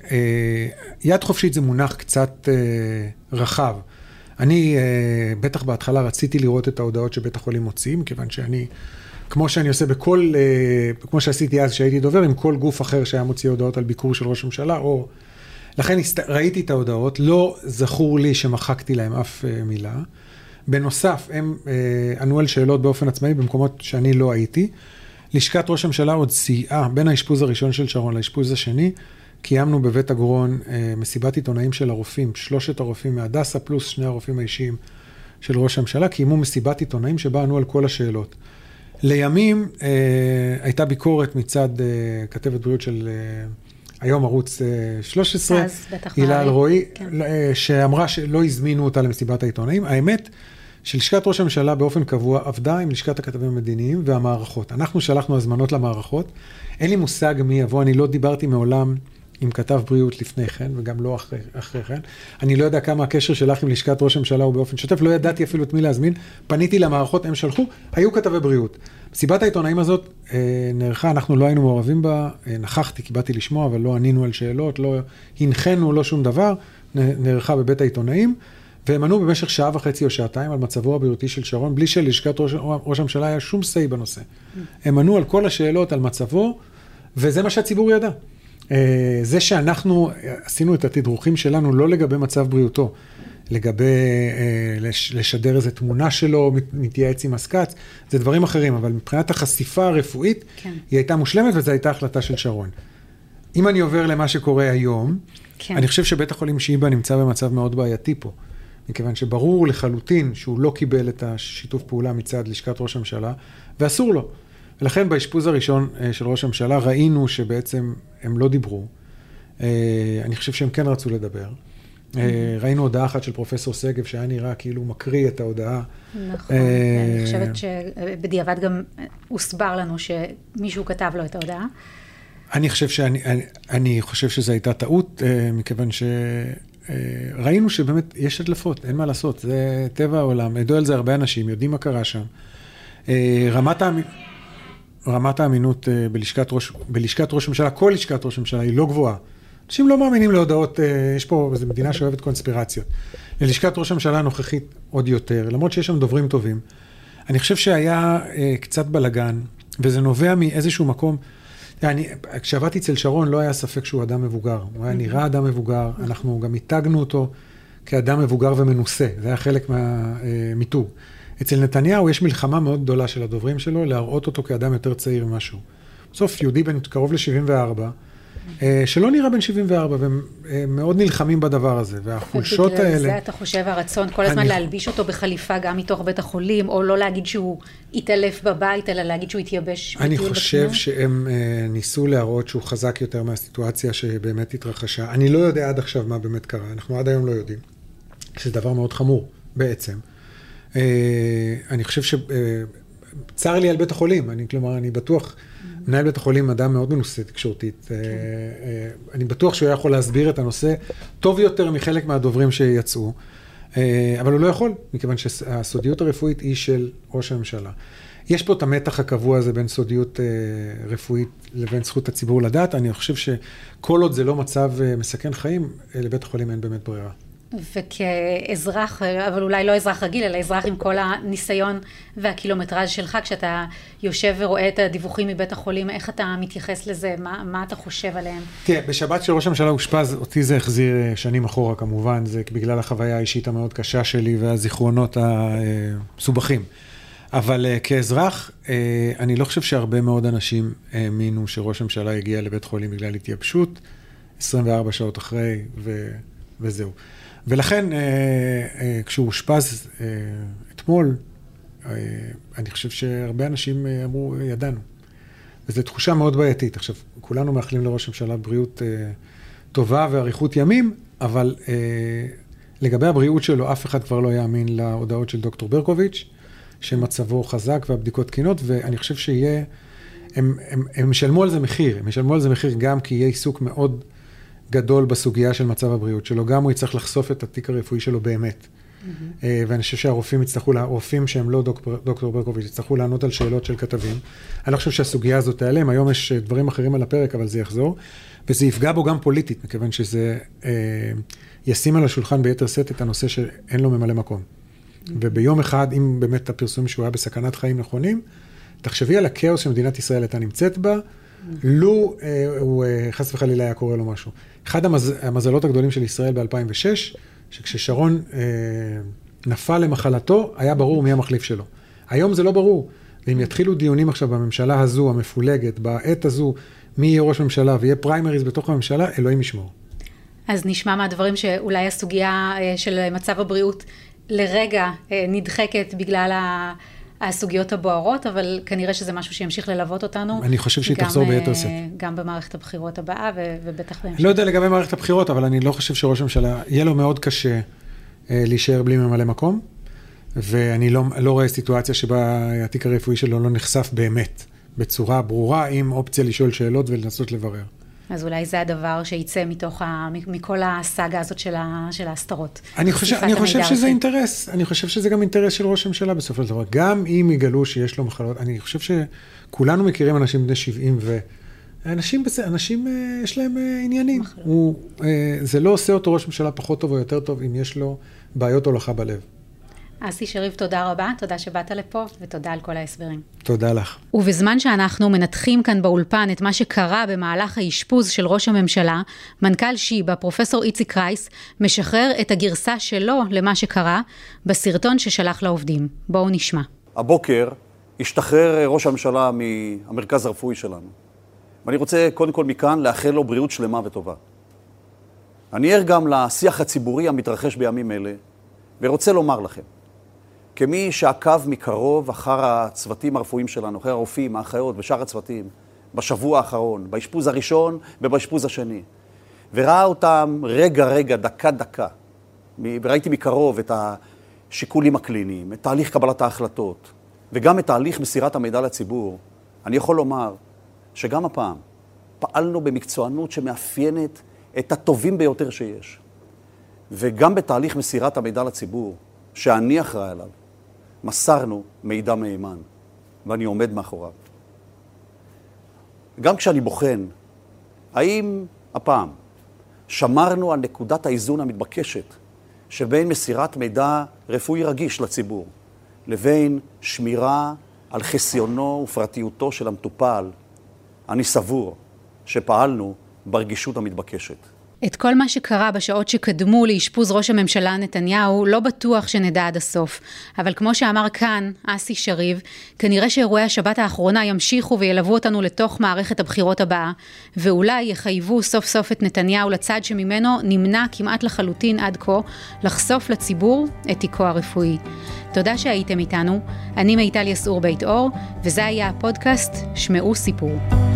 יד חופשית זה מונח קצת רחב. אני בטח בהתחלה רציתי לראות את ההודעות שבית החולים מוציאים, כיוון שאני... כמו שאני עושה כמו שעשיתי אז שהייתי דובר, עם כל גוף אחר שהיה מוציא הודעות על ביקור של ראש הממשלה, או... לכן ראיתי את ההודעות, לא זכור לי שמחקתי להם אף מילה. בנוסף, הם ענו על שאלות באופן עצמאי במקומות שאני לא הייתי. לשכת ראש הממשלה עוד סייעה בין האשפוז הראשון של שרון לאשפוז השני, קיימנו בבית הגרון מסיבת עיתונאים של הרופאים, 3 הרופאים מהדסה פלוס 2 הרופאים האישיים של ראש הממשלה, קיימו מסיבת עיתונאים שבה ענו על כל השאלות. לימים הייתה ביקורת מצד כתבת בריאות של היום ערוץ 13, הילה אלרועי, שאמרה שלא הזמינו אותה למסיבת העיתונאים. האמת שלשכת ראש הממשלה באופן קבוע עבדה עם לשכת הכתבים המדיניים והמערכות. אנחנו שלחנו הזמנות למערכות, אין לי מושג מי יבוא, אני לא דיברתי מעולם עם כתב בריאות לפני כן, וגם לא אחרי כן. אני לא יודע כמה הקשר שלך עם לשכת ראש הממשלה הוא באופן שוטף, לא ידעתי אפילו את מי להזמין, פניתי למערכות, הם שלחו, היו כתבי בריאות. מסיבת העיתונאים הזאת נערכה, אנחנו לא היינו מעורבים בה, נכחתי, כי באתי לשמוע, אבל לא ענינו על שאלות, לא הנחנו, לא שום דבר, נערכה בבית העיתונאים, והם ענו במשך 1.5 שעה או שעתיים על מצבו הבריאותי של שרון, בלי שלשכת ראש הממשלה היה שום סי בנושא. הם ענו על כל השאלות על מצבו, וזה מה שהציבור ידע. זה שאנחנו עשינו את התדרוכים שלנו לא לגבי מצב בריאותו, לגבי לשדר איזו תמונה שלו, מתייעץ עם הסקץ, זה דברים אחרים, אבל מבחינת החשיפה הרפואית, כן. היא הייתה מושלמת וזו הייתה החלטה של שרון. אם אני עובר למה שקורה היום, כן. אני חושב שבית החולים שיבא נמצא במצב מאוד בעייתי פה, מכיוון שברור לחלוטין שהוא לא קיבל את השיתוף פעולה מצד לשכת ראש הממשלה, ואסור לו. ולכן באשפוז הראשון של ראש הממשלה ראינו שבעצם הם לא דיברו. אני חושב שהם כן רצו לדבר. ראינו הודעה אחת של פרופסור סגב שהיה נראה כאילו מקריא את ההודעה. נכון, אני חושבת שבדיעבד גם הוסבר לנו שמישהו כתב לו את ההודעה. אני חושב שזו הייתה טעות, מכיוון שראינו שבאמת יש הדלפות, אין מה לעשות, זה טבע העולם. ידעו על זה הרבה אנשים, יודעים מה קרה שם. רמת האמינות בלשכת ראש הממשלה, כל לשכת ראש הממשלה היא לא גבוהה. אנשים לא מאמינים להודעות, יש פה, זו מדינה שאוהבת קונספירציות. ללשכת ראש הממשלה הנוכחית עוד יותר, למרות שיש שם דוברים טובים. אני חושב שהיה קצת בלגן, וזה נובע מאיזשהו מקום, כשעבדתי אצל שרון לא היה ספק שהוא אדם מבוגר, הוא היה נראה אדם מבוגר, אנחנו גם התגנו אותו כאדם מבוגר ומנוסה, זה היה חלק מהמיתוג. אצל נתניהו יש מלחמה מאוד גדולה של הדוברים שלו, להראות אותו כאדם יותר צעיר ממשהו. בסוף יהודי בן קרוב ל-74, שלא נראה בן 74, והם מאוד נלחמים בדבר הזה, והחולשות האלה... ובגלל זה אתה חושב הרצון כל הזמן להלביש אותו בחליפה גם מתוך בית החולים, או לא להגיד שהוא יתעלף בבית, אלא להגיד שהוא יתייבש. אני חושב שהם ניסו להראות שהוא חזק יותר מהסיטואציה שבאמת התרחשה. אני לא יודע עד עכשיו מה באמת קרה, אנחנו עד היום לא יודעים. שזה דבר מאוד חמור בעצם. אני חושב צר לי על בית החולים, כלומר, אני בטוח, מנהל בית החולים אדם מאוד מנוסה תקשורתית, אני בטוח שהוא יכול להסביר את הנושא טוב יותר מחלק מהדוברים שיצאו, אבל הוא לא יכול, מכיוון שהסודיות הרפואית היא של ראש הממשלה. יש פה את המתח הקבוע הזה בין סודיות רפואית לבין זכות הציבור לדעת, אני חושב שכל עוד זה לא מצב מסכן חיים, לבית החולים אין באמת ברירה. וכאזרח, אבל אולי לא אזרח רגיל, אלא אזרח עם כל הניסיון והקילומטראז' שלך, כשאתה יושב ורואה את הדיווחים מבית החולים, איך אתה מתייחס לזה? מה אתה חושב עליהם? תראה, בשבת שראש הממשלה הושפז, אותי זה החזיר שנים אחורה כמובן, זה בגלל החוויה האישית המאוד קשה שלי והזיכרונות המסובכים. אבל כאזרח, אני לא חושב שהרבה מאוד אנשים האמינו שראש הממשלה הגיע לבית חולים בגלל התייבשות, 24 שעות אחרי וזהו. ולכן, כשהוא הושפז אתמול, אני חושב שהרבה אנשים אמרו, ידענו. וזו תחושה מאוד בעייתית. עכשיו, כולנו מאחלים לראש הממשלה בריאות טובה ואריכות ימים, אבל לגבי הבריאות שלו, אף אחד כבר לא יאמין להודעות של דוקטור ברקוביץ', שמצבו חזק והבדיקות תקינות, ואני חושב שיהיה, הם משלמו על זה מחיר. הם משלמו על זה מחיר גם כי יהיה עיסוק מאוד גדול בסוגיה של מצב הבריאות שלו, גם הוא יצטרך לחשוף את התיק הרפואי שלו באמת. ואני חושב שהרופאים יצטרכו, הרופאים שהם לא דוקטור ברקוביץ' יצטרכו לענות על שאלות של כתבים. אני לא חושב שהסוגיה הזאת תיעלם, היום יש דברים אחרים על הפרק, אבל זה יחזור, וזה יפגע בו גם פוליטית, מכיוון שזה ישים על השולחן ביתר סט את הנושא שאין לו ממלא מקום. וביום אחד, אם באמת הפרסום שהוא היה בסכנת חיים נכונים, תחשבי על הכאוס שמדינת ישראל הייתה נמצאת בה, לו הוא חס וחלילה היה קורא לו משהו. אחד המזלות הגדולים של ישראל ב-2006, שכששרון נפל למחלתו, היה ברור מי המחליף שלו. היום זה לא ברור. ואם יתחילו דיונים עכשיו בממשלה הזו, המפולגת, בעת הזו, מי יהיה ראש ממשלה ויהיה פריימריז בתוך הממשלה, אלוהים ישמור. אז נשמע מהדברים שאולי הסוגיה של מצב הבריאות לרגע נדחקת בגלל הסוגיות הבוערות, אבל כנראה שזה משהו שימשיך ללוות אותנו. אני חושב שהיא תחזור ביתר שאת. גם במערכת הבחירות הבאה, ובטח בהמשך. לא יודע לגבי מערכת הבחירות, אבל אני לא חושב שראש הממשלה, יהיה לו מאוד קשה להישאר בלי ממלא מקום, ואני לא רואה סיטואציה שבה התיק הרפואי שלו לא נחשף באמת, בצורה ברורה, עם אופציה לשאול שאלות ולנסות לברר. אז אולי זה הדבר שיצא מכל הסאגה הזאת של ההסתרות. אני חושב שזה אינטרס, אני חושב שזה גם אינטרס של ראש הממשלה בסופו של דבר. גם אם יגלו שיש לו מחלות, אני חושב שכולנו מכירים אנשים בני 70 אנשים יש להם עניינים. זה לא עושה אותו ראש ממשלה פחות טוב או יותר טוב אם יש לו בעיות הולכה בלב. אסי שריב, תודה רבה, תודה שבאת לפה, ותודה על כל ההסברים. תודה לך. ובזמן שאנחנו מנתחים כאן באולפן את מה שקרה במהלך האשפוז של ראש הממשלה, מנכ"ל שיבא, פרופסור איציק קרייס, משחרר את הגרסה שלו למה שקרה בסרטון ששלח לעובדים. בואו נשמע. הבוקר השתחרר ראש הממשלה מהמרכז הרפואי שלנו. ואני רוצה קודם כל מכאן לאחל לו בריאות שלמה וטובה. אני ער גם לשיח הציבורי המתרחש בימים אלה, ורוצה לומר לכם, כמי שעקב מקרוב אחר הצוותים הרפואיים שלנו, אחר הרופאים, האחיות ושאר הצוותים, בשבוע האחרון, באשפוז הראשון ובאשפוז השני, וראה אותם רגע, דקה, וראיתי מקרוב את השיקולים הקליניים, את תהליך קבלת ההחלטות, וגם את תהליך מסירת המידע לציבור, אני יכול לומר שגם הפעם פעלנו במקצוענות שמאפיינת את הטובים ביותר שיש. וגם בתהליך מסירת המידע לציבור, שאני אחראי עליו, מסרנו מידע מהימן, ואני עומד מאחוריו. גם כשאני בוחן, האם הפעם שמרנו על נקודת האיזון המתבקשת, שבין מסירת מידע רפואי רגיש לציבור, לבין שמירה על חסיונו ופרטיותו של המטופל, אני סבור שפעלנו ברגישות המתבקשת. את כל מה שקרה בשעות שקדמו לאשפוז ראש הממשלה נתניהו לא בטוח שנדע עד הסוף. אבל כמו שאמר כאן, אסי שריב, כנראה שאירועי השבת האחרונה ימשיכו וילוו אותנו לתוך מערכת הבחירות הבאה, ואולי יחייבו סוף סוף את נתניהו לצד שממנו נמנע כמעט לחלוטין עד כה לחשוף לציבור את תיקו הרפואי. תודה שהייתם איתנו, אני מיטל יסעור בית אור, וזה היה הפודקאסט שמעו סיפור.